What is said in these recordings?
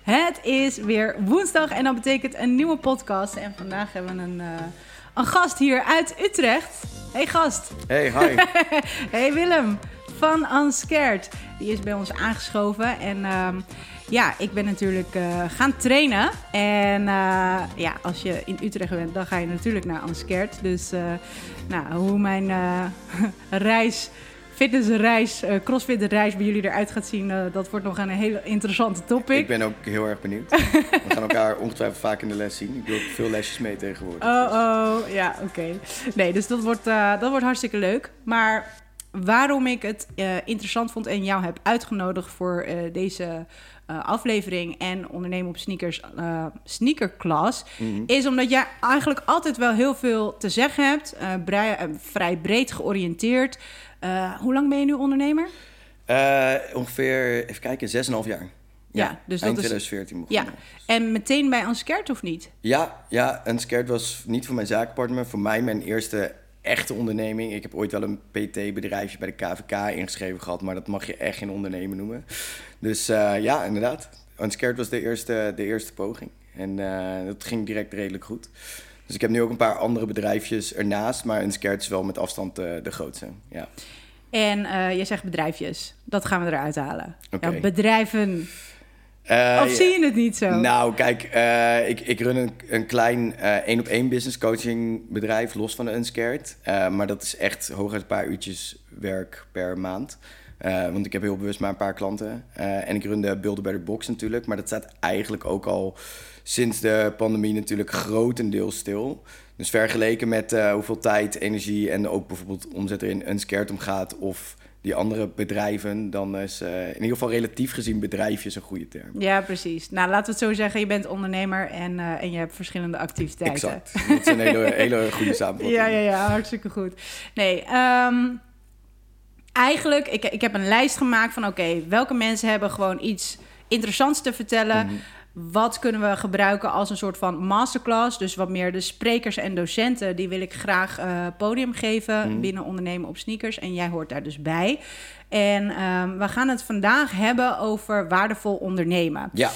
Het is weer woensdag en dat betekent een nieuwe podcast. En vandaag hebben we een gast hier uit Utrecht. Hey gast. Hey, hi. Hey Willem van Unscared. Die is bij ons aangeschoven en ik ben natuurlijk gaan trainen. En als je in Utrecht bent, dan ga je natuurlijk naar Unscared. Dus hoe mijn fitnessreis, crossfit-reis bij jullie eruit gaat zien, dat wordt nog een hele interessante topic. Ik ben ook heel erg benieuwd. We gaan elkaar ongetwijfeld vaak in de les zien. Ik doe ook veel lesjes mee tegenwoordig. Oké. Nee, dus dat wordt hartstikke leuk. Maar waarom ik het interessant vond en jou heb uitgenodigd voor deze aflevering en ondernemen op sneakers, sneakerklas, is omdat jij eigenlijk altijd wel heel veel te zeggen hebt. Vrij breed georiënteerd. Hoe lang ben je nu ondernemer? Ongeveer, even kijken, 6,5 jaar. Ja, dus eind 2014 begonnen. Ja, en meteen bij Unscared of niet? Ja, Unscared was niet voor mijn zakenpartner, voor mij mijn eerste echte onderneming. Ik heb ooit wel een PT-bedrijfje bij de KVK ingeschreven gehad, maar dat mag je echt geen ondernemen noemen. Dus inderdaad. Unscared was de eerste poging. En dat ging direct redelijk goed. Dus ik heb nu ook een paar andere bedrijfjes ernaast, maar Unscared is wel met afstand de grootste. Ja. En je zegt bedrijfjes, dat gaan we eruit halen. Okay. Ja, bedrijven. Of zie je het niet zo? Nou, kijk, ik run een klein 1-op-1 business coaching bedrijf, los van de Unscared. Maar dat is echt hooguit een paar uurtjes werk per maand. Want ik heb heel bewust maar een paar klanten. En ik run de Build a Better Box natuurlijk. Maar dat staat eigenlijk ook al sinds de pandemie natuurlijk grotendeels stil. Dus vergeleken met hoeveel tijd, energie en ook bijvoorbeeld omzet er in Unscared omgaat of die andere bedrijven, dan is in ieder geval relatief gezien bedrijfjes een goede term. Ja, precies. Nou, laten we het zo zeggen. Je bent ondernemer en je hebt verschillende activiteiten. Exact. Dat is een hele goede samenvatting. Ja, hartstikke goed. Nee, eigenlijk, ik heb een lijst gemaakt van welke mensen hebben gewoon iets interessants te vertellen. Wat kunnen we gebruiken als een soort van masterclass? Dus wat meer de sprekers en docenten, die wil ik graag podium geven binnen ondernemen op sneakers. En jij hoort daar dus bij. En we gaan het vandaag hebben over waardevol ondernemen. Ja.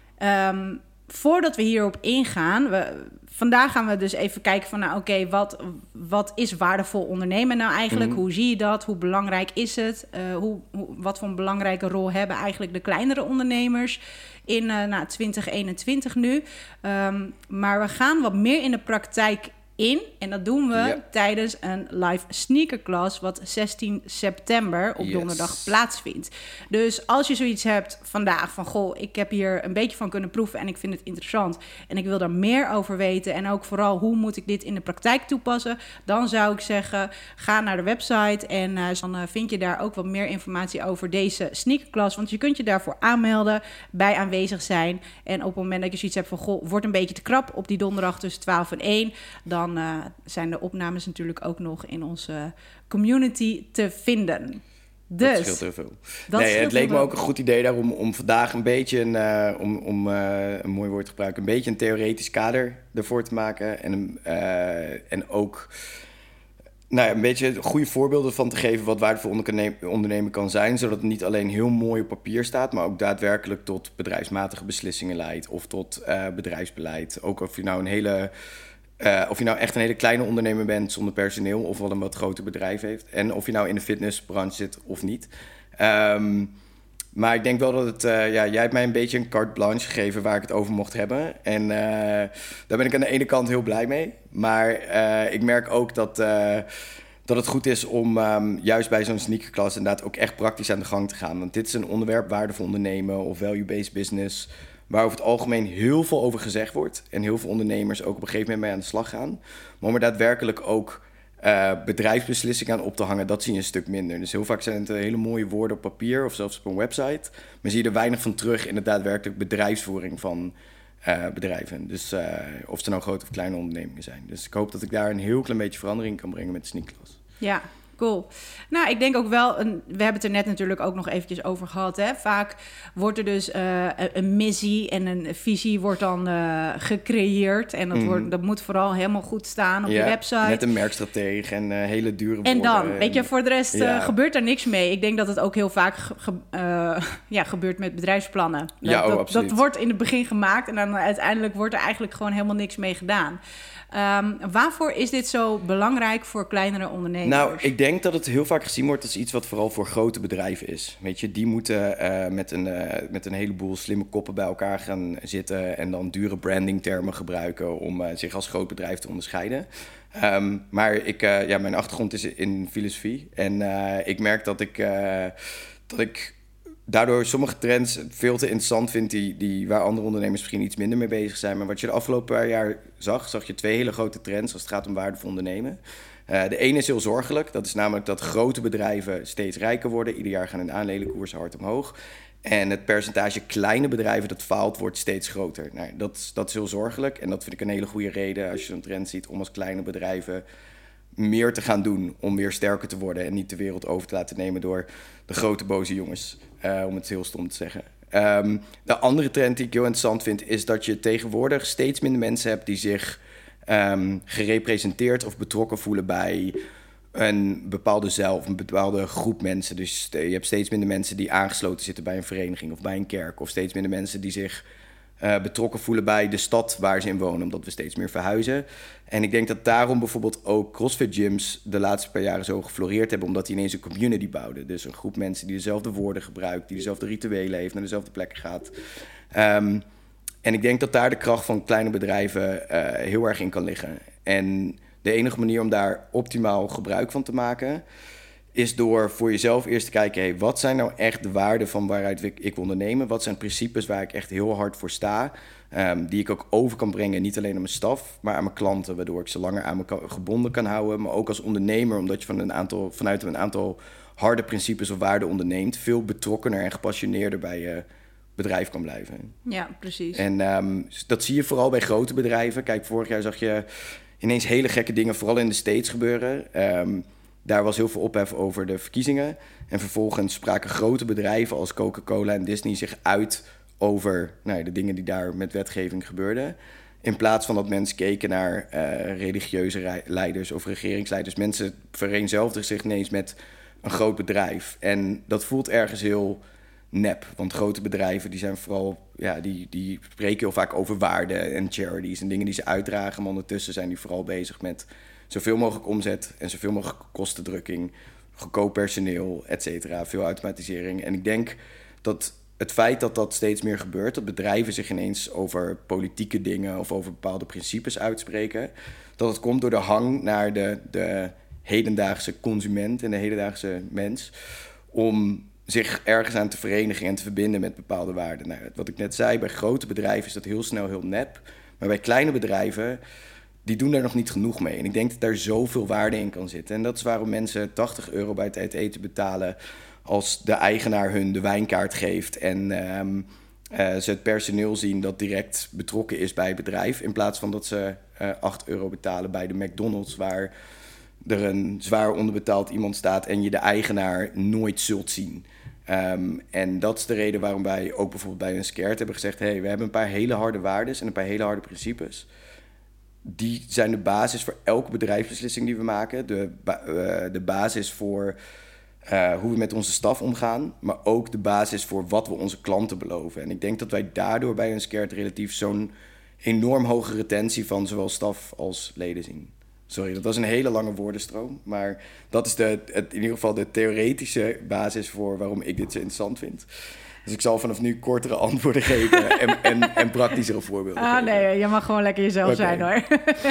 Voordat we hierop ingaan, vandaag gaan we dus even kijken van wat is waardevol ondernemen nou eigenlijk? Hoe zie je dat? Hoe belangrijk is het? Wat voor een belangrijke rol hebben eigenlijk de kleinere ondernemers in 2021 nu? Maar we gaan wat meer in de praktijk in. En dat doen we tijdens een live sneakerclass wat 16 september op donderdag plaatsvindt. Dus als je zoiets hebt vandaag van ik heb hier een beetje van kunnen proeven en ik vind het interessant en ik wil daar meer over weten en ook vooral hoe moet ik dit in de praktijk toepassen, dan zou ik zeggen ga naar de website en dan vind je daar ook wat meer informatie over deze sneakerclass, want je kunt je daarvoor aanmelden, bij aanwezig zijn en op het moment dat je zoiets hebt van wordt een beetje te krap op die donderdag tussen 12 en 1, dan zijn de opnames natuurlijk ook nog in onze community te vinden. Dus, dat scheelt heel veel. Het leek me ook een goed idee daarom om vandaag een beetje om een mooi woord te gebruiken, een beetje een theoretisch kader ervoor te maken en ook een beetje goede voorbeelden van te geven wat waardevol ondernemen kan zijn, zodat het niet alleen heel mooi op papier staat, maar ook daadwerkelijk tot bedrijfsmatige beslissingen leidt of tot bedrijfsbeleid. Ook of je nou echt een hele kleine ondernemer bent zonder personeel of wel een wat groter bedrijf heeft. En of je nou in de fitnessbranche zit of niet. Maar ik denk wel dat het... jij hebt mij een beetje een carte blanche gegeven waar ik het over mocht hebben. En daar ben ik aan de ene kant heel blij mee. Maar ik merk ook dat het goed is om juist bij zo'n sneakerklas inderdaad ook echt praktisch aan de gang te gaan. Want dit is een onderwerp waardevol ondernemen of value-based business, waar over het algemeen heel veel over gezegd wordt en heel veel ondernemers ook op een gegeven moment mee aan de slag gaan. Maar om er daadwerkelijk ook bedrijfsbeslissingen aan op te hangen, dat zie je een stuk minder. Dus heel vaak zijn het hele mooie woorden op papier of zelfs op een website, maar zie je er weinig van terug in de daadwerkelijk bedrijfsvoering van bedrijven. Dus of ze nou grote of kleine ondernemingen zijn. Dus ik hoop dat ik daar een heel klein beetje verandering kan brengen met de sneakerklas. Ja, Cool. Nou, ik denk ook wel, we hebben het er net natuurlijk ook nog eventjes over gehad. Hè? Vaak wordt er dus een missie en een visie wordt dan gecreëerd. En dat moet vooral helemaal goed staan op je website. Met een merkstrategie en hele dure woorden. En dan, weet je, en voor de rest gebeurt er niks mee. Ik denk dat het ook heel vaak gebeurt met bedrijfsplannen. Dat wordt in het begin gemaakt en dan uiteindelijk wordt er eigenlijk gewoon helemaal niks mee gedaan. Waarvoor is dit zo belangrijk voor kleinere ondernemers? Nou, ik denk dat het heel vaak gezien wordt als iets wat vooral voor grote bedrijven is. Weet je, die moeten met een heleboel slimme koppen bij elkaar gaan zitten en dan dure brandingtermen gebruiken om zich als groot bedrijf te onderscheiden. Maar mijn achtergrond is in filosofie en ik merk dat ik daardoor sommige trends veel te interessant vind die waar andere ondernemers misschien iets minder mee bezig zijn. Maar wat je de afgelopen paar jaar zag je 2 hele grote trends als het gaat om waardevol ondernemen. De ene is heel zorgelijk. Dat is namelijk dat grote bedrijven steeds rijker worden. Ieder jaar gaan hun aandelenkoersen hard omhoog. En het percentage kleine bedrijven dat faalt, wordt steeds groter. Nou, dat is heel zorgelijk. En dat vind ik een hele goede reden als je een trend ziet om als kleine bedrijven meer te gaan doen om weer sterker te worden en niet de wereld over te laten nemen door de grote boze jongens, om het heel stom te zeggen. De andere trend die ik heel interessant vind is dat je tegenwoordig steeds minder mensen hebt die zich gerepresenteerd of betrokken voelen bij een bepaalde zelf, een bepaalde groep mensen. Dus je hebt steeds minder mensen die aangesloten zitten bij een vereniging of bij een kerk, of steeds minder mensen die zich betrokken voelen bij de stad waar ze in wonen, omdat we steeds meer verhuizen. En ik denk dat daarom bijvoorbeeld ook CrossFit gyms de laatste paar jaren zo gefloreerd hebben, omdat die ineens een community bouwden. Dus een groep mensen die dezelfde woorden gebruikt, die dezelfde rituelen heeft, naar dezelfde plekken gaat. En ik denk dat daar de kracht van kleine bedrijven heel erg in kan liggen. En de enige manier om daar optimaal gebruik van te maken is door voor jezelf eerst te kijken, hey, wat zijn nou echt de waarden van waaruit ik wil ondernemen? Wat zijn principes waar ik echt heel hard voor sta? Die ik ook over kan brengen, niet alleen aan mijn staf, maar aan mijn klanten, waardoor ik ze langer aan me gebonden kan houden. Maar ook als ondernemer, omdat je vanuit een aantal harde principes of waarden onderneemt, veel betrokkener en gepassioneerder bij je bedrijf kan blijven. Ja, precies. En dat zie je vooral bij grote bedrijven. Kijk, vorig jaar zag je ineens hele gekke dingen, vooral in de States gebeuren. Daar was heel veel ophef over de verkiezingen. En vervolgens spraken grote bedrijven als Coca-Cola en Disney zich uit over de dingen die daar met wetgeving gebeurden. In plaats van dat mensen keken naar religieuze leiders of regeringsleiders. Mensen vereenzelvigden zich ineens met een groot bedrijf. En dat voelt ergens heel nep. Want grote bedrijven die zijn vooral, die spreken heel vaak over waarden en charities en dingen die ze uitdragen. Maar ondertussen zijn die vooral bezig met zoveel mogelijk omzet en zoveel mogelijk kostendrukking, goedkoop personeel, et cetera, veel automatisering. En ik denk dat het feit dat dat steeds meer gebeurt, dat bedrijven zich ineens over politieke dingen of over bepaalde principes uitspreken, dat het komt door de hang naar de hedendaagse consument en de hedendaagse mens om zich ergens aan te verenigen en te verbinden met bepaalde waarden. Nou, wat ik net zei, bij grote bedrijven is dat heel snel heel nep, maar bij kleine bedrijven, die doen daar nog niet genoeg mee. En ik denk dat daar zoveel waarde in kan zitten. En dat is waarom mensen €80 bij het eten betalen als de eigenaar hun de wijnkaart geeft en ze het personeel zien dat direct betrokken is bij het bedrijf, in plaats van dat ze €8 betalen bij de McDonald's, waar er een zwaar onderbetaald iemand staat en je de eigenaar nooit zult zien. En dat is de reden waarom wij ook bijvoorbeeld bij Unscared hebben gezegd, hey, we hebben een paar hele harde waarden en een paar hele harde principes. Die zijn de basis voor elke bedrijfsbeslissing die we maken. De basis voor hoe we met onze staf omgaan, maar ook de basis voor wat we onze klanten beloven. En ik denk dat wij daardoor bij Unscared relatief zo'n enorm hoge retentie van zowel staf als leden zien. Sorry, dat was een hele lange woordenstroom, maar dat is in ieder geval de theoretische basis voor waarom ik dit zo interessant vind. Dus ik zal vanaf nu kortere antwoorden geven en praktischere voorbeelden geven. Nee, je mag gewoon lekker jezelf zijn hoor.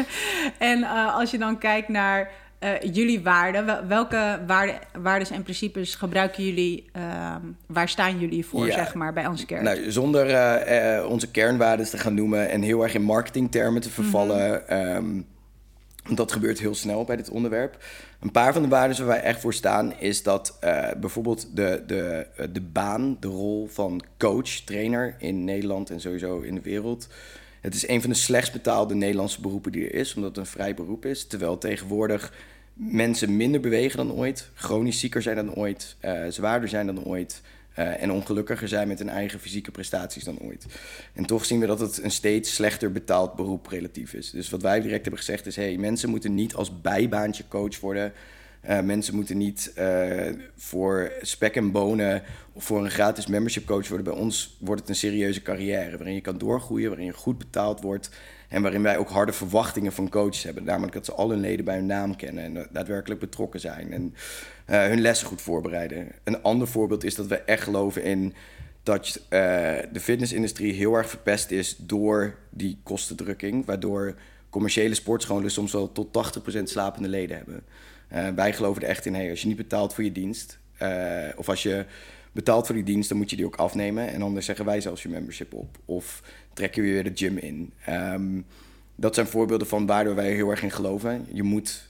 En als je dan kijkt naar jullie waarden, welke waarden en principes gebruiken jullie, waar staan jullie voor, zeg maar, bij Unscared? Nou, zonder onze kernwaarden te gaan noemen en heel erg in marketingtermen te vervallen, dat gebeurt heel snel bij dit onderwerp. Een paar van de waarden waar wij echt voor staan is dat bijvoorbeeld de baan, de rol van coach, trainer in Nederland en sowieso in de wereld. Het is een van de slechtst betaalde Nederlandse beroepen die er is, omdat het een vrij beroep is. Terwijl tegenwoordig mensen minder bewegen dan ooit, chronisch zieker zijn dan ooit, zwaarder zijn dan ooit en ongelukkiger zijn met hun eigen fysieke prestaties dan ooit. En toch zien we dat het een steeds slechter betaald beroep relatief is. Dus wat wij direct hebben gezegd is, mensen moeten niet als bijbaantje coach worden. Mensen moeten niet voor spek en bonen of voor een gratis membership coach worden. Bij ons wordt het een serieuze carrière waarin je kan doorgroeien, waarin je goed betaald wordt en waarin wij ook harde verwachtingen van coaches hebben. Namelijk dat ze al hun leden bij hun naam kennen en daadwerkelijk betrokken zijn en hun lessen goed voorbereiden. Een ander voorbeeld is dat we echt geloven in dat de fitnessindustrie heel erg verpest is door die kostendrukking, waardoor commerciële sportscholen soms wel tot 80% slapende leden hebben. Wij geloven er echt in, als je niet betaalt voor je dienst, of als je betaalt voor die dienst, dan moet je die ook afnemen. En anders zeggen wij zelfs je membership op. Of trekken we weer de gym in. Dat zijn voorbeelden van waardoor wij heel erg in geloven. Je moet,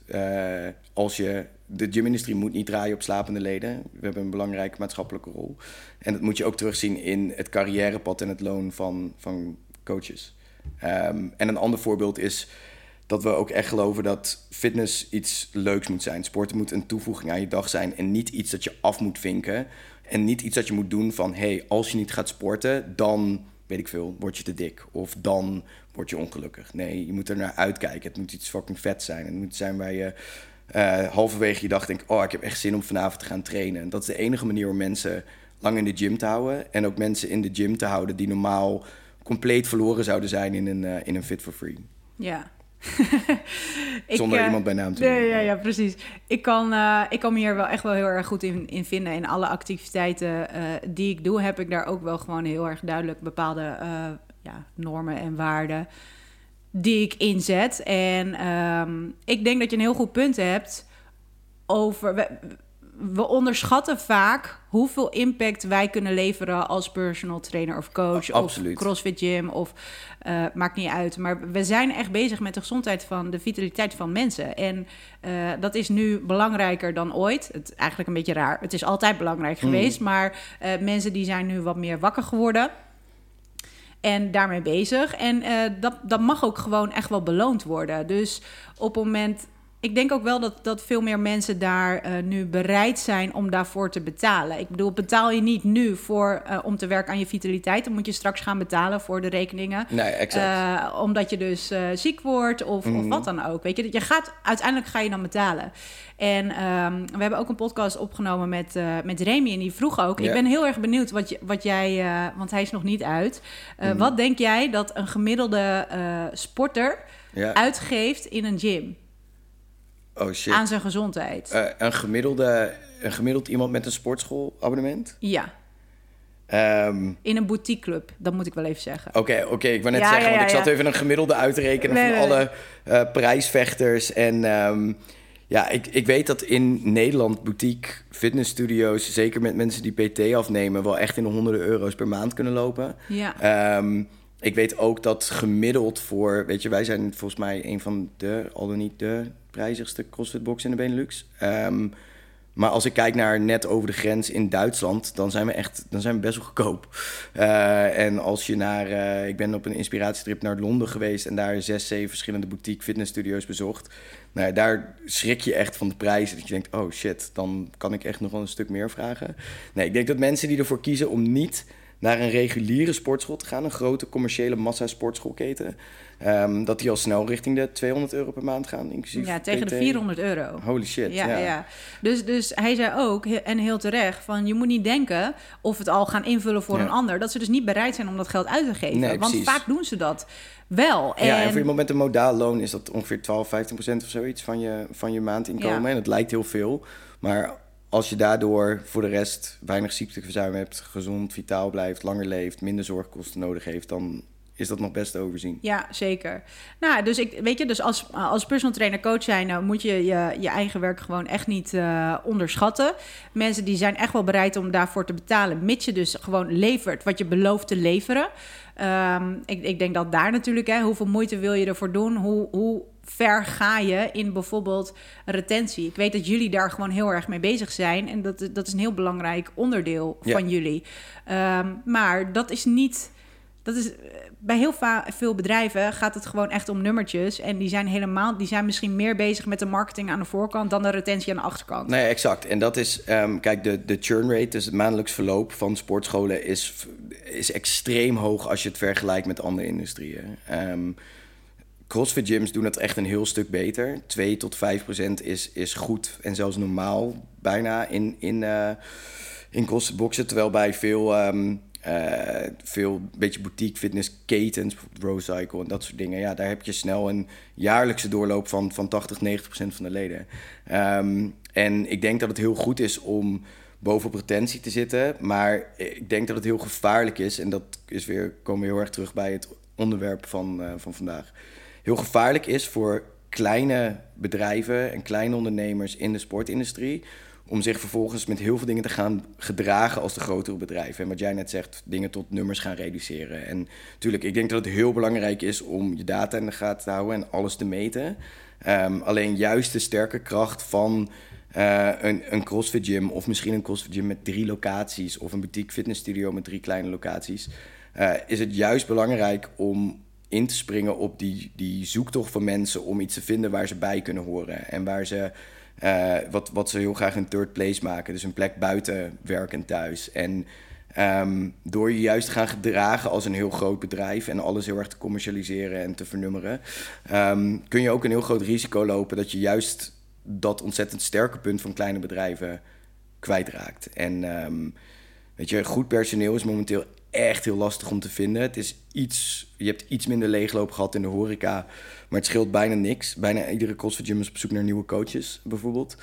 de gymindustrie moet niet draaien op slapende leden. We hebben een belangrijke maatschappelijke rol. En dat moet je ook terugzien in het carrièrepad en het loon van coaches. En een ander voorbeeld is dat we ook echt geloven dat fitness iets leuks moet zijn. Sporten moet een toevoeging aan je dag zijn en niet iets dat je af moet vinken. En niet iets dat je moet doen van, als je niet gaat sporten, dan, weet ik veel, word je te dik. Of dan word je ongelukkig. Nee, je moet er naar uitkijken. Het moet iets fucking vet zijn. Het moet zijn waar je halverwege je dag denkt, ik heb echt zin om vanavond te gaan trainen. En dat is de enige manier om mensen lang in de gym te houden. En ook mensen in de gym te houden die normaal compleet verloren zouden zijn in een Fit for Free. Ja. Zonder iemand bij naam te noemen. Ja, precies. Ik kan me hier wel echt wel heel erg goed in vinden. In alle activiteiten die ik doe, heb ik daar ook wel gewoon heel erg duidelijk bepaalde normen en waarden die ik inzet. En ik denk dat je een heel goed punt hebt over... We onderschatten vaak hoeveel impact wij kunnen leveren als personal trainer of coach. Absoluut. Of CrossFit gym of maakt niet uit. Maar we zijn echt bezig met de gezondheid de vitaliteit van mensen. En dat is nu belangrijker dan ooit. Het is eigenlijk een beetje raar. Het is altijd belangrijk geweest. Maar mensen die zijn nu wat meer wakker geworden. En daarmee bezig. En dat mag ook gewoon echt wel beloond worden. Dus op het moment... Ik denk ook wel dat veel meer mensen daar nu bereid zijn om daarvoor te betalen. Ik bedoel, betaal je niet nu om te werken aan je vitaliteit... dan moet je straks gaan betalen voor de rekeningen. Nee, exact. Omdat je dus ziek wordt of wat dan ook. Weet je, uiteindelijk ga je dan betalen. En we hebben ook een podcast opgenomen met Remy en die vroeg ook... Ik ben heel erg benieuwd wat jij... want hij is nog niet uit. Wat denk jij dat een gemiddelde sporter uitgeeft in een gym? Oh shit. Aan zijn gezondheid. Een gemiddeld iemand met een sportschoolabonnement? Ja. In een boutiqueclub, dat moet ik wel even zeggen. Oké, ik wou net zeggen, want ik zat even een gemiddelde uit te rekenen van alle prijsvechters. En ik weet dat in Nederland boutique fitnessstudio's, zeker met mensen die PT afnemen, wel echt in de honderden euro's per maand kunnen lopen. Ja. Ik weet ook dat gemiddeld voor... Weet je, wij zijn volgens mij een van al dan niet de prijzigste CrossFit-box in de Benelux. Maar als ik kijk naar net over de grens in Duitsland... dan zijn we best wel goedkoop. En als je ik ben op een inspiratietrip naar Londen geweest... en daar 6-7 verschillende boutique fitnessstudio's bezocht. Nou, daar schrik je echt van de prijzen. Dat je denkt, oh shit, dan kan ik echt nog wel een stuk meer vragen. Nee, ik denk dat mensen die ervoor kiezen om niet... naar een reguliere sportschool te gaan, een grote commerciële massa sportschoolketen, dat die al snel richting de €200 per maand gaan, inclusief tegen PT. de €400. Holy shit, ja. Dus hij zei ook, en heel terecht, van je moet niet denken of het al gaan invullen voor een ander, dat ze dus niet bereid zijn om dat geld uit te geven. Nee, want vaak doen ze dat wel. En voor iemand met een modaal loon is dat ongeveer 12-15% of zoiets van je maandinkomen. En dat lijkt heel veel, maar als je daardoor voor de rest weinig ziekteverzuim hebt, gezond, vitaal blijft, langer leeft, minder zorgkosten nodig heeft, dan is dat nog best te overzien. Ja, zeker. Nou, dus als personal trainer, coach zijn, nou, moet je je eigen werk gewoon echt niet onderschatten. Mensen die zijn echt wel bereid om daarvoor te betalen, mits je dus gewoon levert wat je belooft te leveren. Ik denk dat daar natuurlijk, hoeveel moeite wil je ervoor doen? Hoe ver ga je in bijvoorbeeld retentie? Ik weet dat jullie daar gewoon heel erg mee bezig zijn. En dat is een heel belangrijk onderdeel van jullie. Maar dat is niet Dat is bij heel veel bedrijven gaat het gewoon echt om nummertjes. En die zijn misschien meer bezig met de marketing aan de voorkant dan de retentie aan de achterkant. Nee, exact. En dat is, kijk, de churn rate, dus het maandelijks verloop van sportscholen is extreem hoog als je het vergelijkt met andere industrieën. CrossFit gyms doen het echt een heel stuk beter. 2 tot 5% is goed en zelfs normaal bijna in CrossFit boxen. Terwijl bij veel beetje boutique fitnessketens, bijvoorbeeld Row Cycle en dat soort dingen, ja, daar heb je snel een jaarlijkse doorloop van 80-90% van de leden. En ik denk dat het heel goed is om bovenop retentie te zitten, maar ik denk dat het heel gevaarlijk is, en dat is komen we heel erg terug bij het onderwerp van vandaag. Heel gevaarlijk is voor kleine bedrijven en kleine ondernemers in de sportindustrie om zich vervolgens met heel veel dingen te gaan gedragen als de grotere bedrijven. En wat jij net zegt, dingen tot nummers gaan reduceren. En natuurlijk, ik denk dat het heel belangrijk is om je data in de gaten te houden en alles te meten. Alleen juist de sterke kracht van een CrossFit gym of misschien een CrossFit gym met 3 locaties of een boutique fitnessstudio met 3 kleine locaties, is het juist belangrijk om in te springen op die zoektocht van mensen om iets te vinden waar ze bij kunnen horen en waar ze wat ze heel graag een third place maken. Dus een plek buiten werk en thuis. En door je juist te gaan gedragen als een heel groot bedrijf en alles heel erg te commercialiseren en te vernummeren, kun je ook een heel groot risico lopen dat je juist dat ontzettend sterke punt van kleine bedrijven kwijtraakt. En weet je, goed personeel is momenteel echt heel lastig om te vinden. Je hebt iets minder leegloop gehad in de horeca, maar het scheelt bijna niks. Bijna iedere CrossFit gym is op zoek naar nieuwe coaches, bijvoorbeeld.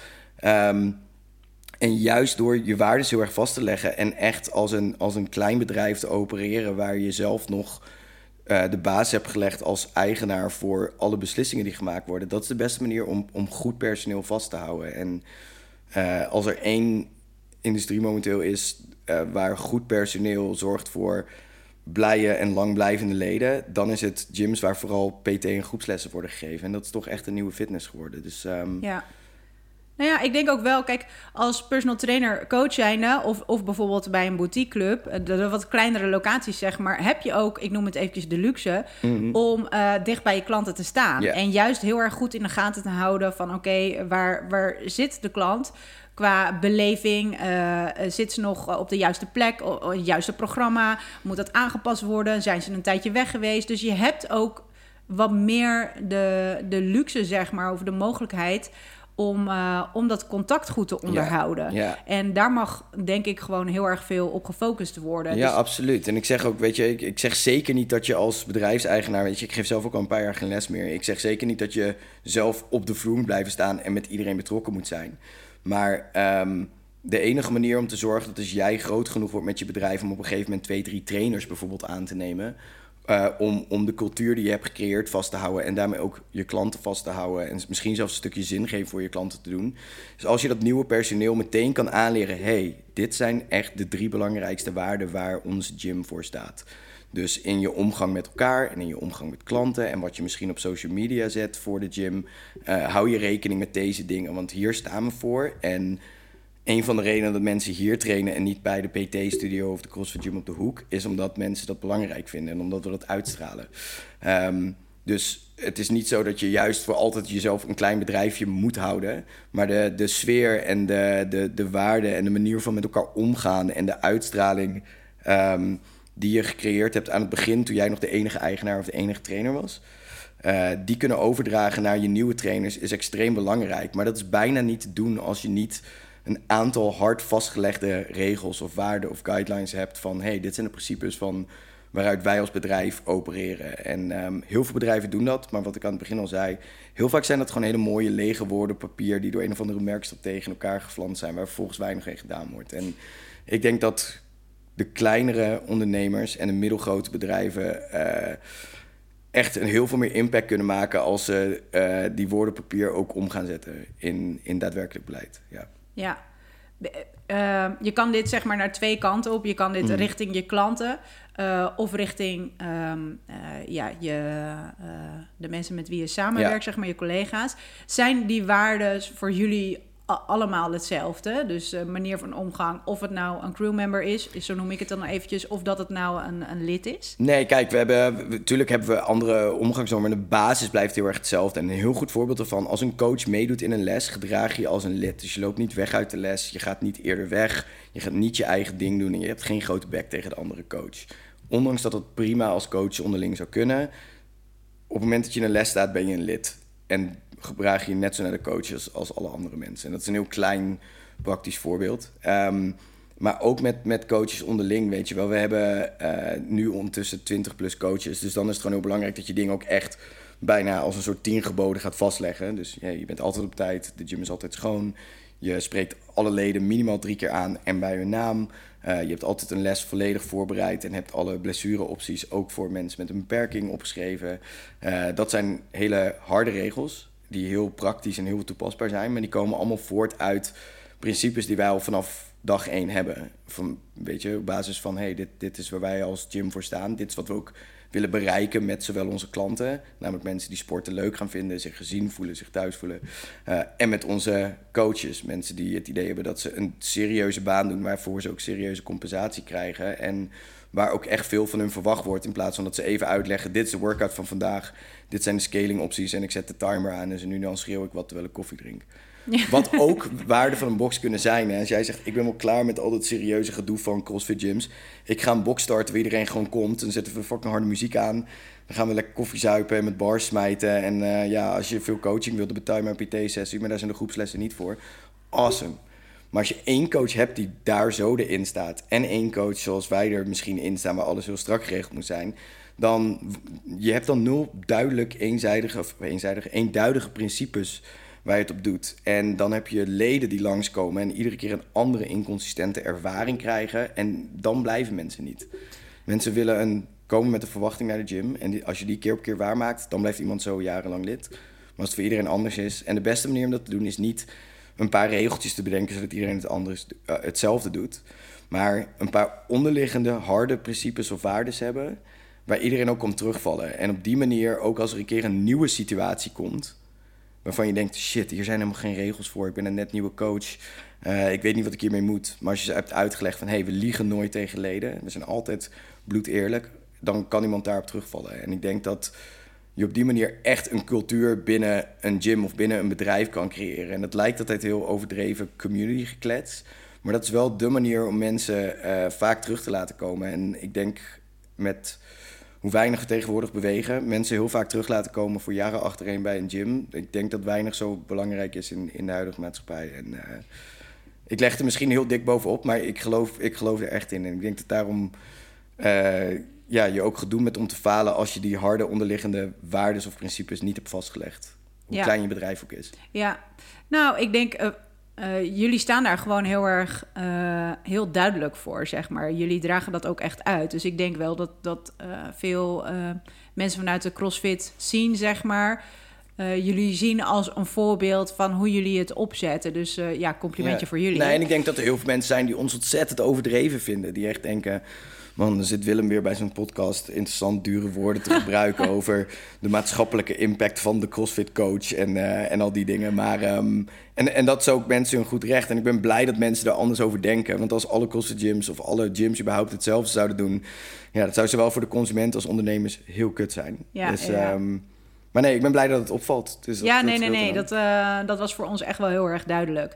En juist door je waardes heel erg vast te leggen en echt als een klein bedrijf te opereren waar je zelf nog de basis hebt gelegd als eigenaar voor alle beslissingen die gemaakt worden, dat is de beste manier om goed personeel vast te houden. En als er één industrie momenteel is waar goed personeel zorgt voor blije en langblijvende leden, dan is het gyms waar vooral PT en groepslessen worden gegeven. En dat is toch echt een nieuwe fitness geworden. Dus ja. Nou ja, ik denk ook wel, kijk, als personal trainer, coach zijnde, of bijvoorbeeld bij een boutique club, de wat kleinere locaties zeg maar, heb je ook, ik noem het eventjes de luxe, om dicht bij je klanten te staan. Yeah. En juist heel erg goed in de gaten te houden van oké, waar zit de klant? Qua beleving, zit ze nog op de juiste plek, het juiste programma? Moet dat aangepast worden? Zijn ze een tijdje weg geweest? Dus je hebt ook wat meer de luxe, zeg maar, over de mogelijkheid om dat contact goed te onderhouden. Ja. En daar mag, denk ik, gewoon heel erg veel op gefocust worden. Ja, dus absoluut. En ik zeg ook, weet je, ik zeg zeker niet dat je als bedrijfseigenaar, weet je, ik geef zelf ook al een paar jaar geen les meer. Ik zeg zeker niet dat je zelf op de vloer moet blijven staan en met iedereen betrokken moet zijn. Maar de enige manier om te zorgen dat dus jij groot genoeg wordt met je bedrijf om op een gegeven moment 2, 3 trainers bijvoorbeeld aan te nemen, om de cultuur die je hebt gecreëerd vast te houden en daarmee ook je klanten vast te houden en misschien zelfs een stukje zin geven voor je klanten te doen. Dus als je dat nieuwe personeel meteen kan aanleren, hey, dit zijn echt de 3 belangrijkste waarden waar onze gym voor staat. Dus in je omgang met elkaar en in je omgang met klanten en wat je misschien op social media zet voor de gym, hou je rekening met deze dingen, want hier staan we voor. En een van de redenen dat mensen hier trainen en niet bij de PT-studio of de CrossFit Gym op de hoek, is omdat mensen dat belangrijk vinden en omdat we dat uitstralen. Dus het is niet zo dat je juist voor altijd jezelf een klein bedrijfje moet houden, maar de sfeer en de waarde en de manier van met elkaar omgaan en de uitstraling die je gecreëerd hebt aan het begin toen jij nog de enige eigenaar of de enige trainer was, die kunnen overdragen naar je nieuwe trainers is extreem belangrijk. Maar dat is bijna niet te doen als je niet een aantal hard vastgelegde regels of waarden of guidelines hebt van hey, dit zijn de principes van waaruit wij als bedrijf opereren. En heel veel bedrijven doen dat, maar wat ik aan het begin al zei, heel vaak zijn dat gewoon hele mooie lege woorden op papier die door een of andere merkstratege in elkaar geflanst zijn, waar vervolgens weinig in gedaan wordt. En ik denk dat de kleinere ondernemers en de middelgrote bedrijven echt een heel veel meer impact kunnen maken als ze die woorden op papier ook om gaan zetten in daadwerkelijk beleid. Ja. Je kan dit zeg maar naar 2 kanten op. Je kan dit richting je klanten of richting de mensen met wie je samenwerkt, zeg maar je collega's. Zijn die waarden voor jullie allemaal hetzelfde. Dus manier van omgang, of het nou een crewmember is, zo noem ik het dan eventjes, of dat het nou een lid is? Nee, kijk, natuurlijk hebben we andere omgangsnormen, maar de basis blijft heel erg hetzelfde. En een heel goed voorbeeld ervan, als een coach meedoet in een les, gedraag je als een lid. Dus je loopt niet weg uit de les, je gaat niet eerder weg, je gaat niet je eigen ding doen en je hebt geen grote bek tegen de andere coach. Ondanks dat het prima als coach onderling zou kunnen, op het moment dat je in een les staat, ben je een lid. En gedraag je net zo naar de coaches als alle andere mensen. En dat is een heel klein praktisch voorbeeld. Maar ook met coaches onderling, weet je wel. We hebben nu ondertussen 20 plus coaches. Dus dan is het gewoon heel belangrijk dat je dingen ook echt bijna als een soort 10 geboden gaat vastleggen. Dus je bent altijd op tijd, de gym is altijd schoon. Je spreekt alle leden minimaal 3 keer aan en bij hun naam. Je hebt altijd een les volledig voorbereid en hebt alle blessureopties ook voor mensen met een beperking opgeschreven. Dat zijn hele harde regels die heel praktisch en heel toepasbaar zijn. Maar die komen allemaal voort uit principes die wij al vanaf dag 1 hebben. Weet je, op basis van, dit is waar wij als gym voor staan. Dit is wat we ook willen bereiken met zowel onze klanten, namelijk mensen die sporten leuk gaan vinden, zich gezien voelen, zich thuis voelen. En met onze coaches, mensen die het idee hebben dat ze een serieuze baan doen, waarvoor ze ook serieuze compensatie krijgen. En waar ook echt veel van hun verwacht wordt, in plaats van dat ze even uitleggen, dit is de workout van vandaag, dit zijn de scaling opties en ik zet de timer aan en nu dan schreeuw ik wat terwijl ik koffie drink. Ja. Wat ook waarde van een box kunnen zijn. Hè? Als jij zegt, ik ben wel klaar met al dat serieuze gedoe van CrossFit gyms. Ik ga een box starten waar iedereen gewoon komt. Dan zetten we fucking harde muziek aan. Dan gaan we lekker koffie zuipen en met bars smijten. En als je veel coaching wilt, dan betaal je maar een PT-sessie. Maar daar zijn de groepslessen niet voor. Awesome. Maar als je 1 coach hebt die daar zo in staat, en 1 coach zoals wij er misschien in staan, waar alles heel strak geregeld moet zijn, dan je hebt dan 0 duidelijk eenduidige principes waar je het op doet. En dan heb je leden die langskomen en iedere keer een andere inconsistente ervaring krijgen. En dan blijven mensen niet. Mensen willen komen met een verwachting naar de gym. En als je die keer op keer waarmaakt, dan blijft iemand zo jarenlang lid. Maar als het voor iedereen anders is. En de beste manier om dat te doen is niet een paar regeltjes te bedenken zodat iedereen hetzelfde doet. Maar een paar onderliggende harde principes of waardes hebben waar iedereen ook komt terugvallen. En op die manier, ook als er een keer een nieuwe situatie komt waarvan je denkt, shit, hier zijn helemaal geen regels voor. Ik ben een net nieuwe coach. Ik weet niet wat ik hiermee moet. Maar als je ze hebt uitgelegd van, we liegen nooit tegen leden. We zijn altijd bloedeerlijk. Dan kan iemand daarop terugvallen. En ik denk dat je op die manier echt een cultuur binnen een gym of binnen een bedrijf kan creëren. En dat lijkt altijd heel overdreven community geklets. Maar dat is wel de manier om mensen vaak terug te laten komen. En ik denk met hoe weinig we tegenwoordig bewegen, mensen heel vaak terug laten komen voor jaren achtereen bij een gym. Ik denk dat weinig zo belangrijk is in de huidige maatschappij. En ik leg er misschien heel dik bovenop, maar ik geloof er echt in. En ik denk dat daarom je ook gedoe met om te falen als je die harde onderliggende waardes of principes niet hebt vastgelegd. Hoe klein je bedrijf ook is. Ja, nou, ik denk jullie staan daar gewoon heel duidelijk voor, zeg maar. Jullie dragen dat ook echt uit. Dus ik denk wel dat veel mensen vanuit de CrossFit scene, zeg maar, jullie zien als een voorbeeld van hoe jullie het opzetten. Dus complimentje voor jullie. Nee, en ik denk dat er heel veel mensen zijn die ons ontzettend overdreven vinden. Die echt denken, man, dan zit Willem weer bij zo'n podcast interessant dure woorden te gebruiken over de maatschappelijke impact van de CrossFit coach en al die dingen. Maar en dat is ook mensen hun goed recht. En ik ben blij dat mensen daar anders over denken. Want als alle CrossFit gyms of alle gyms überhaupt hetzelfde zouden doen, dat zou zowel voor de consument als ondernemers heel kut zijn. Ja, dus, maar nee, ik ben blij dat het opvalt. Dus dat was voor ons echt wel heel erg duidelijk.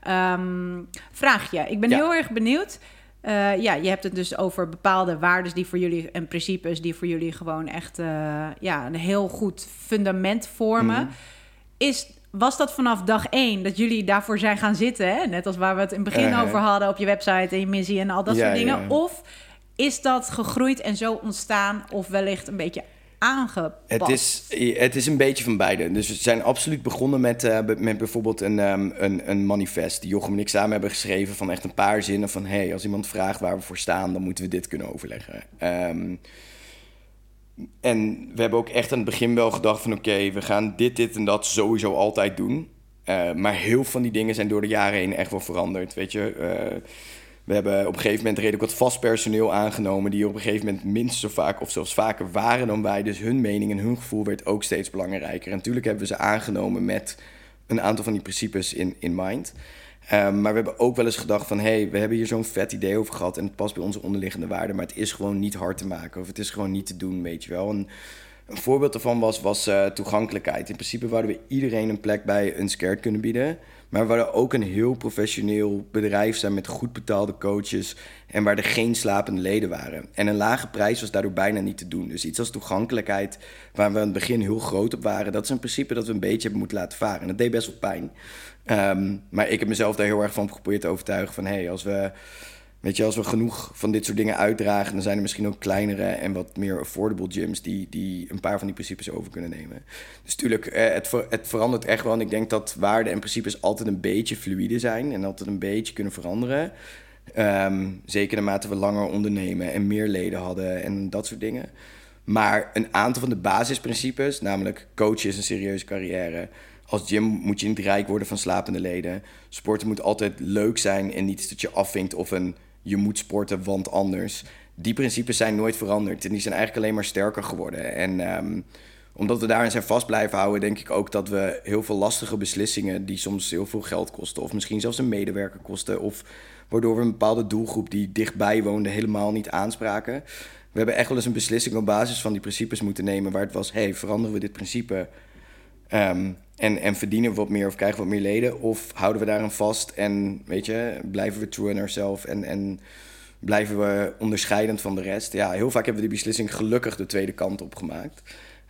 Vraagje, ik ben heel erg benieuwd. Je hebt het dus over bepaalde waarden die voor jullie en principes die voor jullie gewoon echt een heel goed fundament vormen. Mm-hmm. Was dat vanaf dag 1 dat jullie daarvoor zijn gaan zitten? Hè? Net als waar we het in het begin over hadden op je website en je missie en al dat soort dingen. Ja. Of is dat gegroeid en zo ontstaan of wellicht een beetje aangepast? Het is een beetje van beide. Dus we zijn absoluut begonnen met bijvoorbeeld een manifest die Jochem en ik samen hebben geschreven van echt een paar zinnen van als iemand vraagt waar we voor staan, dan moeten we dit kunnen overleggen. En we hebben ook echt aan het begin wel gedacht van we gaan dit en dat sowieso altijd doen. Maar heel veel van die dingen zijn door de jaren heen echt wel veranderd, weet je. We hebben op een gegeven moment redelijk wat vast personeel aangenomen die op een gegeven moment minstens zo vaak of zelfs vaker waren dan wij. Dus hun mening en hun gevoel werd ook steeds belangrijker. En natuurlijk hebben we ze aangenomen met een aantal van die principes in mind. Maar we hebben ook wel eens gedacht van... we hebben hier zo'n vet idee over gehad... en het past bij onze onderliggende waarden... maar het is gewoon niet hard te maken... of het is gewoon niet te doen, weet je wel. En een voorbeeld daarvan was toegankelijkheid. In principe wouden we iedereen een plek bij Unscared kunnen bieden... maar we wilden ook een heel professioneel bedrijf zijn... met goed betaalde coaches... en waar er geen slapende leden waren. En een lage prijs was daardoor bijna niet te doen. Dus iets als toegankelijkheid... waar we aan het begin heel groot op waren... dat is een principe dat we een beetje hebben moeten laten varen. En dat deed best wel pijn. Maar ik heb mezelf daar heel erg van geprobeerd te overtuigen... van als we genoeg van dit soort dingen uitdragen... dan zijn er misschien ook kleinere en wat meer affordable gyms... die een paar van die principes over kunnen nemen. Dus natuurlijk, het verandert echt wel. En ik denk dat waarden en principes altijd een beetje fluïde zijn... en altijd een beetje kunnen veranderen. Zeker naarmate we langer ondernemen en meer leden hadden en dat soort dingen. Maar een aantal van de basisprincipes... namelijk coachen is een serieuze carrière... Als gym moet je niet rijk worden van slapende leden. Sporten moet altijd leuk zijn en niet dat je afvinkt of je moet sporten, want anders. Die principes zijn nooit veranderd en die zijn eigenlijk alleen maar sterker geworden. En omdat we daarin zijn vast blijven houden, denk ik ook dat we heel veel lastige beslissingen... die soms heel veel geld kosten of misschien zelfs een medewerker kosten... of waardoor we een bepaalde doelgroep die dichtbij woonde helemaal niet aanspraken. We hebben echt wel eens een beslissing op basis van die principes moeten nemen... waar het was, veranderen we dit principe... En verdienen we wat meer of krijgen we wat meer leden? Of houden we daaraan vast en blijven we true in ourselves en blijven we onderscheidend van de rest? Ja, heel vaak hebben we die beslissing gelukkig de tweede kant op gemaakt.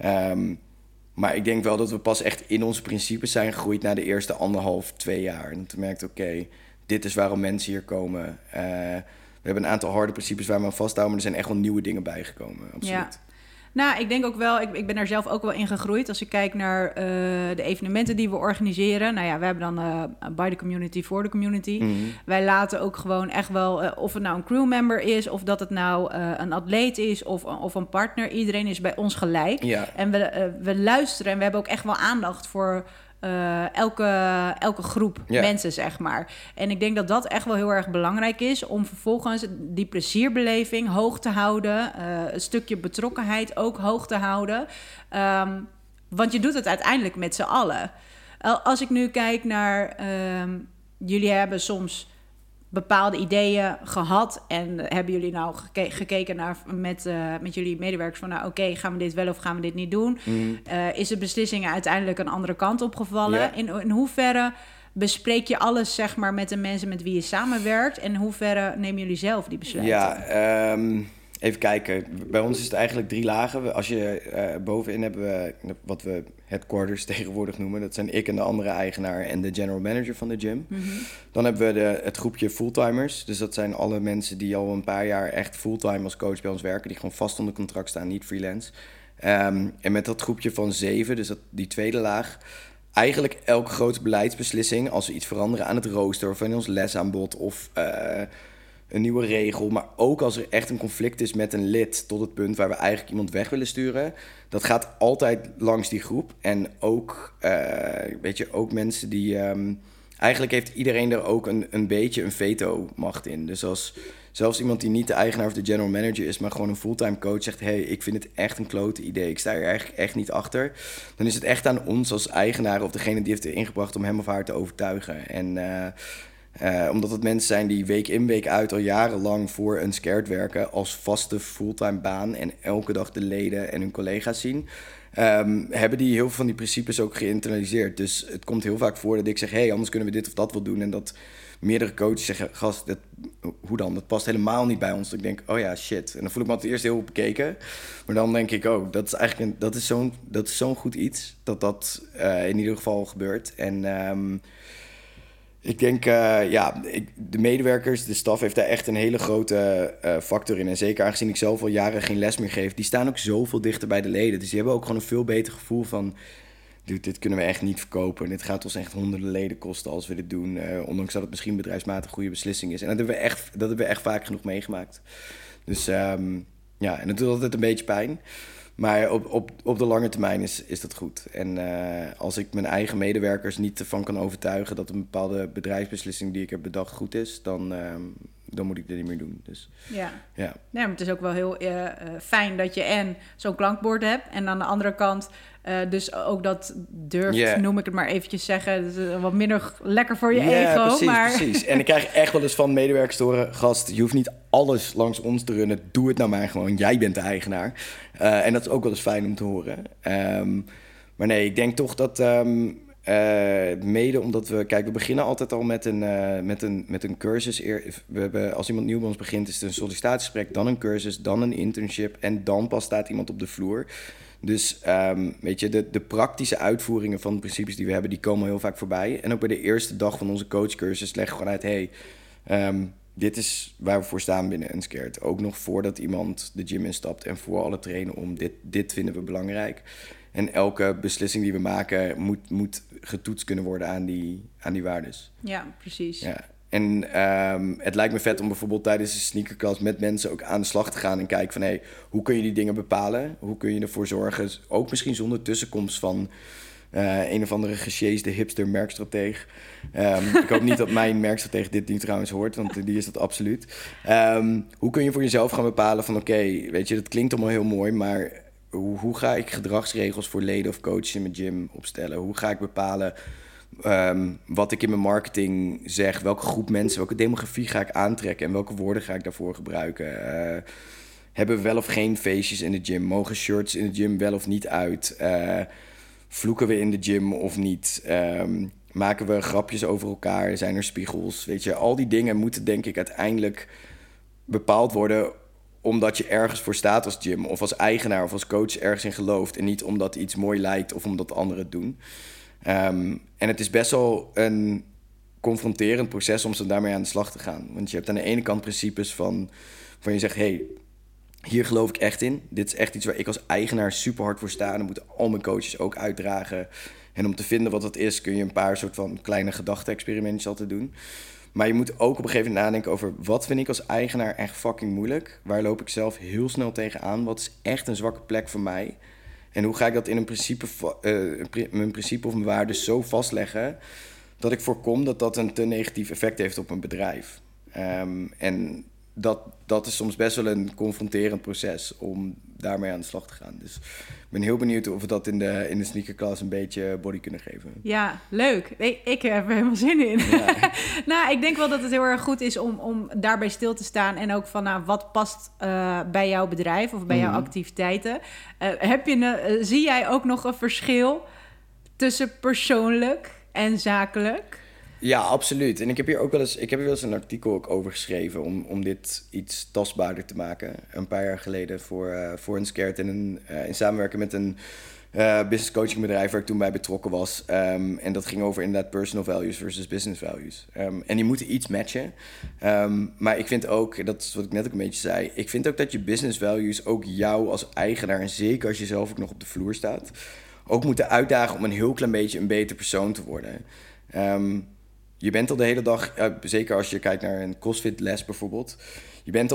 Maar ik denk wel dat we pas echt in onze principes zijn gegroeid na de eerste 1,5-2 jaar. En toen merkte ik, dit is waarom mensen hier komen. We hebben een aantal harde principes waar we aan vasthouden, maar er zijn echt wel nieuwe dingen bijgekomen, absoluut. Ja. Nou, ik denk ook wel, ik ben daar zelf ook wel in gegroeid. Als ik kijk naar de evenementen die we organiseren. Nou ja, we hebben dan by the community, for the community. Mm-hmm. Wij laten ook gewoon echt wel, of het nou een crewmember is... of dat het nou een atleet is of een partner. Iedereen is bij ons gelijk. Ja. En we luisteren en we hebben ook echt wel aandacht voor... elke groep mensen, zeg maar. En ik denk dat dat echt wel heel erg belangrijk is... om vervolgens die plezierbeleving hoog te houden... een stukje betrokkenheid ook hoog te houden. Want je doet het uiteindelijk met z'n allen. Als ik nu kijk naar... jullie hebben soms... bepaalde ideeën gehad en hebben jullie nou gekeken naar met jullie medewerkers van oké, gaan we dit wel of gaan we dit niet doen? Mm. Is de beslissing uiteindelijk een andere kant opgevallen? Yeah. In hoeverre bespreek je alles, zeg maar, met de mensen met wie je samenwerkt? En in hoeverre nemen jullie zelf die besluiten? Ja, even kijken. Bij ons is het eigenlijk 3 lagen. Als je bovenin hebben we wat we headquarters tegenwoordig noemen. Dat zijn ik en de andere eigenaar en de general manager van de gym. Mm-hmm. Dan hebben we het groepje fulltimers. Dus dat zijn alle mensen die al een paar jaar echt fulltime als coach bij ons werken. Die gewoon vast onder contract staan, niet freelance. En met dat groepje van 7, dus die tweede laag... Eigenlijk elke grote beleidsbeslissing, als we iets veranderen aan het rooster... of in ons lesaanbod of... een nieuwe regel, maar ook als er echt een conflict is met een lid... tot het punt waar we eigenlijk iemand weg willen sturen... dat gaat altijd langs die groep. En ook, ook mensen die... eigenlijk heeft iedereen er ook een beetje een veto-macht in. Dus als zelfs iemand die niet de eigenaar of de general manager is... maar gewoon een fulltime coach zegt... ik vind het echt een klote idee, ik sta hier eigenlijk echt niet achter... dan is het echt aan ons als eigenaar of degene die heeft ingebracht... om hem of haar te overtuigen. En... omdat het mensen zijn die week in week uit al jarenlang voor Unscared werken... als vaste fulltime baan en elke dag de leden en hun collega's zien... hebben die heel veel van die principes ook geïnternaliseerd. Dus het komt heel vaak voor dat ik zeg... anders kunnen we dit of dat wel doen. En dat meerdere coaches zeggen... gast, hoe dan? Dat past helemaal niet bij ons. Dat ik denk, oh ja, shit. En dan voel ik me altijd eerst heel bekeken. Maar dan denk ik, dat is eigenlijk dat is zo'n goed iets... dat in ieder geval gebeurt. En... ik denk, de medewerkers, de staf heeft daar echt een hele grote factor in. En zeker aangezien ik zelf al jaren geen les meer geef... die staan ook zoveel dichter bij de leden. Dus die hebben ook gewoon een veel beter gevoel van... dude, dit kunnen we echt niet verkopen. Dit gaat ons echt honderden leden kosten als we dit doen. Ondanks dat het misschien bedrijfsmatig een goede beslissing is. En dat hebben we echt vaak genoeg meegemaakt. Dus en dat doet altijd een beetje pijn... Maar op de lange termijn is dat goed. En als ik mijn eigen medewerkers niet ervan kan overtuigen... dat een bepaalde bedrijfsbeslissing die ik heb bedacht goed is... dan moet ik dit niet meer doen. Dus, ja. Ja. Nee, maar het is ook wel heel fijn dat je en zo'n klankbord hebt. En aan de andere kant dus ook dat durft, noem ik het maar eventjes zeggen. Dat is wat minder lekker voor je ego. Precies. En ik krijg echt wel eens van medewerkers te horen... gast, je hoeft niet alles langs ons te runnen. Doe het nou maar gewoon. Jij bent de eigenaar. En dat is ook wel eens fijn om te horen. Maar nee, ik denk toch dat... mede omdat we beginnen altijd al met een cursus. We hebben, als iemand nieuw bij ons begint, is het een sollicitatiegesprek, dan een cursus, dan een internship en dan pas staat iemand op de vloer. Dus weet je, de praktische uitvoeringen van de principes die we hebben, die komen heel vaak voorbij. En ook bij de eerste dag van onze coachcursus leggen we gewoon uit, dit is waar we voor staan binnen Unscared. Ook nog voordat iemand de gym instapt en voor alle trainen om dit vinden we belangrijk. En elke beslissing die we maken moet getoetst kunnen worden aan die waardes. Ja, precies. Ja. En het lijkt me vet om bijvoorbeeld tijdens een sneakerklas met mensen ook aan de slag te gaan en kijken van hoe kun je die dingen bepalen? Hoe kun je ervoor zorgen, ook misschien zonder tussenkomst van een of andere gesjeesde hipster merkstrateeg. Ik hoop niet dat mijn merkstrateeg dit nu trouwens hoort, want die is dat absoluut. Hoe kun je voor jezelf gaan bepalen van oké, weet je, dat klinkt allemaal heel mooi, maar hoe ga ik gedragsregels voor leden of coaches in mijn gym opstellen? Hoe ga ik bepalen wat ik in mijn marketing zeg? Welke groep mensen, welke demografie ga ik aantrekken? En welke woorden ga ik daarvoor gebruiken? Hebben we wel of geen feestjes in de gym? Mogen shirts in de gym wel of niet uit? Vloeken we in de gym of niet? Maken we grapjes over elkaar? Zijn er spiegels? Weet je, al die dingen moeten denk ik uiteindelijk bepaald worden omdat je ergens voor staat als gym of als eigenaar of als coach ergens in gelooft en niet omdat iets mooi lijkt of omdat anderen het doen. En het is best wel een confronterend proces om zo daarmee aan de slag te gaan. Want je hebt aan de ene kant principes van je zegt, hier geloof ik echt in. Dit is echt iets waar ik als eigenaar super hard voor sta. En dan moeten al mijn coaches ook uitdragen. En om te vinden wat dat is, kun je een paar soort van kleine gedachte-experimentjes altijd doen. Maar je moet ook op een gegeven moment nadenken over wat vind ik als eigenaar echt fucking moeilijk? Waar loop ik zelf heel snel tegenaan? Wat is echt een zwakke plek voor mij? En hoe ga ik dat in mijn principe of mijn waarden zo vastleggen dat ik voorkom dat dat een te negatief effect heeft op een bedrijf? En dat is soms best wel een confronterend proces om daarmee aan de slag te gaan. Dus ik ben heel benieuwd of we dat in de sneakerklas een beetje body kunnen geven. Ja, leuk. Ik heb er helemaal zin in. Ja. Nou, ik denk wel dat het heel erg goed is om daarbij stil te staan en ook van wat past bij jouw bedrijf of bij jouw activiteiten. Zie jij ook nog een verschil tussen persoonlijk en zakelijk? Ja, absoluut. En ik heb hier wel eens een artikel ook over geschreven om dit iets tastbaarder te maken. Een paar jaar geleden voor Unscared in samenwerking met een business coaching bedrijf waar ik toen bij betrokken was. En dat ging over inderdaad personal values versus business values. En die moeten iets matchen. Maar ik vind ook, dat is wat ik net ook een beetje zei, ik vind ook dat je business values ook jou als eigenaar, en zeker als je zelf ook nog op de vloer staat, ook moeten uitdagen om een heel klein beetje een beter persoon te worden. Je bent al de hele dag, zeker als je kijkt naar een CrossFit les bijvoorbeeld, je bent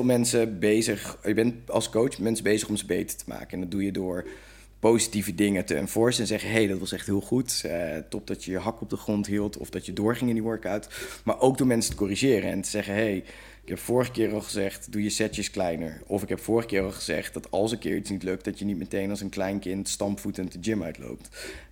als coach mensen bezig om ze beter te maken. En dat doe je door positieve dingen te enforcen en zeggen, dat was echt heel goed. Top dat je je hak op de grond hield of dat je doorging in die workout. Maar ook door mensen te corrigeren en te zeggen, ik heb vorige keer al gezegd, doe je setjes kleiner. Of ik heb vorige keer al gezegd dat als een keer iets niet lukt, dat je niet meteen als een klein kind stampvoetend de gym uitloopt.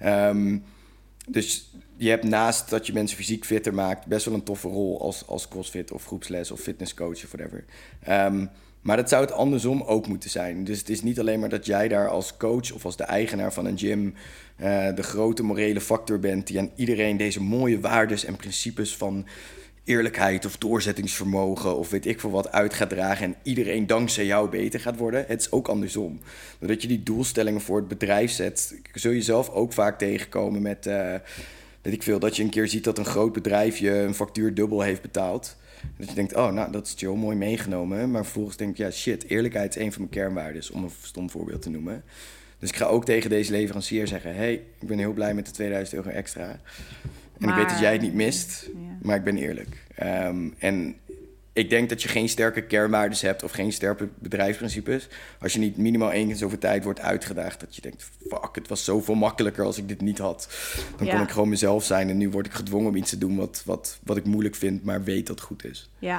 Dus je hebt naast dat je mensen fysiek fitter maakt, best wel een toffe rol als CrossFit of groepsles of fitnesscoach of whatever. Maar dat zou het andersom ook moeten zijn. Dus het is niet alleen maar dat jij daar als coach of als de eigenaar van een gym de grote morele factor bent die aan iedereen deze mooie waardes en principes van eerlijkheid of doorzettingsvermogen of weet ik veel wat uit gaat dragen en iedereen dankzij jou beter gaat worden. Het is ook andersom. Doordat je die doelstellingen voor het bedrijf zet, zul je zelf ook vaak tegenkomen met, dat je een keer ziet dat een groot bedrijf je een factuur dubbel heeft betaald. Dat je denkt, dat is chill, mooi meegenomen. Maar vervolgens denk je, eerlijkheid is een van mijn kernwaarden, om een stom voorbeeld te noemen. Dus ik ga ook tegen deze leverancier zeggen, ik ben heel blij met de €2000 extra. En ik weet dat jij het niet mist, maar ik ben eerlijk. En ik denk dat je geen sterke kernwaarden hebt of geen sterke bedrijfsprincipes als je niet minimaal 1 keer zoveel tijd wordt uitgedaagd dat je denkt, fuck, het was zoveel makkelijker als ik dit niet had. Dan kon ik gewoon mezelf zijn en nu word ik gedwongen om iets te doen wat ik moeilijk vind, maar weet dat goed is. Ja,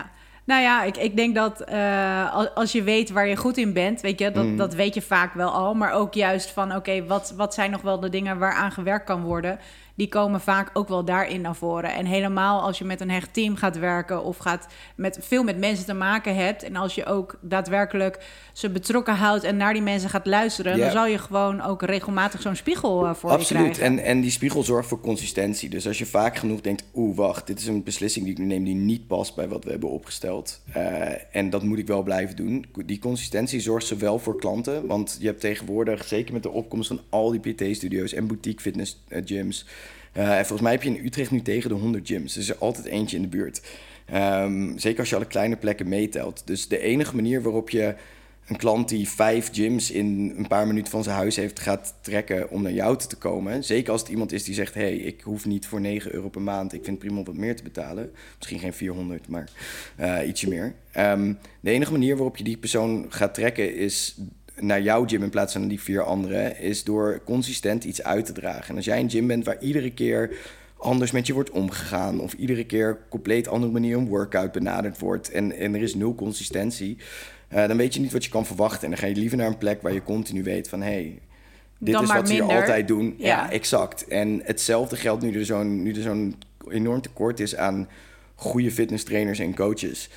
Nou ja, ik denk dat als je weet waar je goed in bent, weet je, dat weet je vaak wel al. Maar ook juist van, oké, wat zijn nog wel de dingen waaraan gewerkt kan worden? Die komen vaak ook wel daarin naar voren. En helemaal als je met een hecht team gaat werken of veel met mensen te maken hebt. En als je ook daadwerkelijk ze betrokken houdt en naar die mensen gaat luisteren, dan zal je gewoon ook regelmatig zo'n spiegel voor je krijgen. Absoluut. En die spiegel zorgt voor consistentie. Dus als je vaak genoeg denkt, wacht, dit is een beslissing die ik nu neem die niet past bij wat we hebben opgesteld. En dat moet ik wel blijven doen. Die consistentie zorgt zowel voor klanten, want je hebt tegenwoordig, zeker met de opkomst van al die PT-studio's en boutique fitness gyms. Volgens mij heb je in Utrecht nu tegen de 100 gyms. Dus er is altijd eentje in de buurt. Zeker als je alle kleine plekken meetelt. Dus de enige manier waarop je een klant die 5 gyms in een paar minuten van zijn huis heeft gaat trekken om naar jou te komen. Zeker als het iemand is die zegt, ik hoef niet voor €9 per maand. Ik vind het prima om wat meer te betalen. Misschien geen 400, maar ietsje meer. De enige manier waarop je die persoon gaat trekken is naar jouw gym in plaats van die 4 anderen, is door consistent iets uit te dragen. En als jij een gym bent waar iedere keer anders met je wordt omgegaan, of iedere keer op compleet andere manier een workout benaderd wordt en er is 0 consistentie, dan weet je niet wat je kan verwachten. En dan ga je liever naar een plek waar je continu weet van, dit dan is maar wat ze hier minder. altijd doen. Ja, exact. En hetzelfde geldt nu er zo'n enorm tekort is aan goede fitnesstrainers en coaches.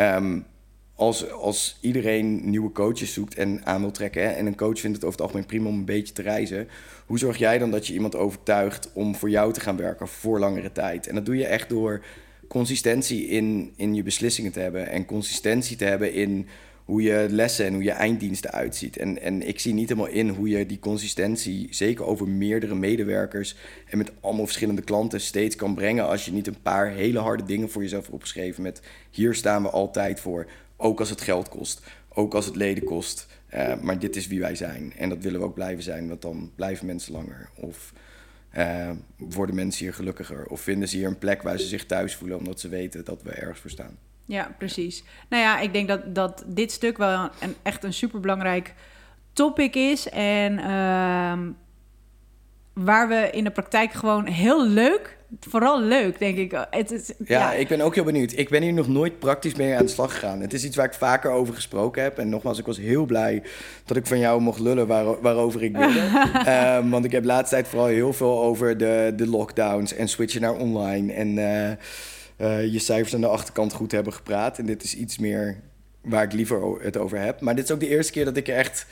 Als iedereen nieuwe coaches zoekt en aan wil trekken, en een coach vindt het over het algemeen prima om een beetje te reizen, hoe zorg jij dan dat je iemand overtuigt om voor jou te gaan werken voor langere tijd? En dat doe je echt door consistentie in je beslissingen te hebben en consistentie te hebben in hoe je lessen en hoe je einddiensten uitziet. En ik zie niet helemaal in hoe je die consistentie, zeker over meerdere medewerkers en met allemaal verschillende klanten, steeds kan brengen als je niet een paar hele harde dingen voor jezelf hebt opgeschreven met hier staan we altijd voor. Ook als het geld kost, ook als het leden kost. Maar dit is wie wij zijn. En dat willen we ook blijven zijn, want dan blijven mensen langer. Of worden mensen hier gelukkiger. Of vinden ze hier een plek waar ze zich thuis voelen, omdat ze weten dat we ergens voor staan. Ja, precies. Nou ja, ik denk dat dit stuk wel echt een superbelangrijk topic is. En waar we in de praktijk gewoon heel leuk, vooral leuk, denk ik. Ik ben ook heel benieuwd. Ik ben hier nog nooit praktisch mee aan de slag gegaan. Het is iets waar ik vaker over gesproken heb. En nogmaals, ik was heel blij dat ik van jou mocht lullen waarover ik wilde. Want ik heb de laatste tijd vooral heel veel over de lockdowns en switchen naar online. En je cijfers aan de achterkant goed hebben gepraat. En dit is iets meer waar ik liever het over heb. Maar dit is ook de eerste keer dat ik er echt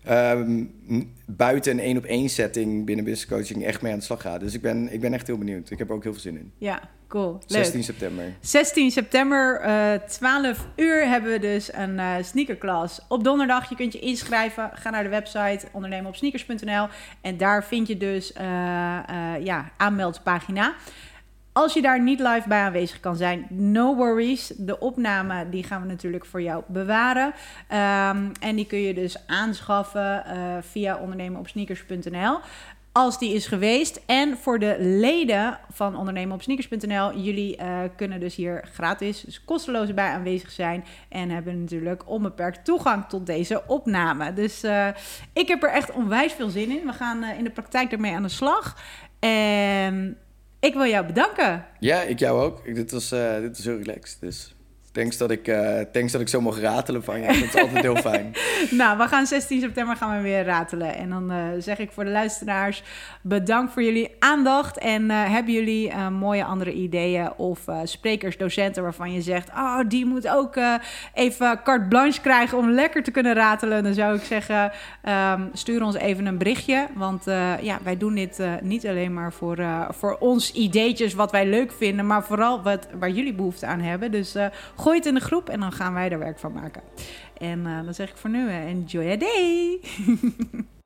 buiten een 1-op-1 setting binnen business coaching echt mee aan de slag ga. Dus ik ben echt heel benieuwd. Ik heb er ook heel veel zin in. Ja, cool. Leuk. 16 september. 16 september, 12 uur hebben we dus een sneakerklas. Op donderdag, je kunt je inschrijven. Ga naar de website ondernemenopsneakers.nl en daar vind je dus aanmeldpagina. Als je daar niet live bij aanwezig kan zijn, no worries. De opname die gaan we natuurlijk voor jou bewaren. En die kun je dus aanschaffen via ondernemenopsneakers.nl. Als die is geweest. En voor de leden van ondernemenopsneakers.nl, jullie kunnen dus hier gratis, dus kosteloos bij aanwezig zijn. En hebben natuurlijk onbeperkt toegang tot deze opname. Dus ik heb er echt onwijs veel zin in. We gaan in de praktijk ermee aan de slag. En ik wil jou bedanken. Ja, ik jou ook. Dit was heel relaxed. Dus thanks dat ik zo mag ratelen van je. Dat is altijd heel fijn. Nou, we gaan 16 september gaan we weer ratelen. En dan zeg ik voor de luisteraars bedankt voor jullie aandacht. En hebben jullie mooie andere ideeën of sprekers, docenten waarvan je zegt, die moet ook even carte blanche krijgen om lekker te kunnen ratelen. Dan zou ik zeggen, stuur ons even een berichtje. Want wij doen dit niet alleen maar voor ons ideetjes wat wij leuk vinden, maar vooral waar jullie behoefte aan hebben. Dus gooi het in de groep en dan gaan wij er werk van maken. En dan zeg ik voor nu, enjoy your day!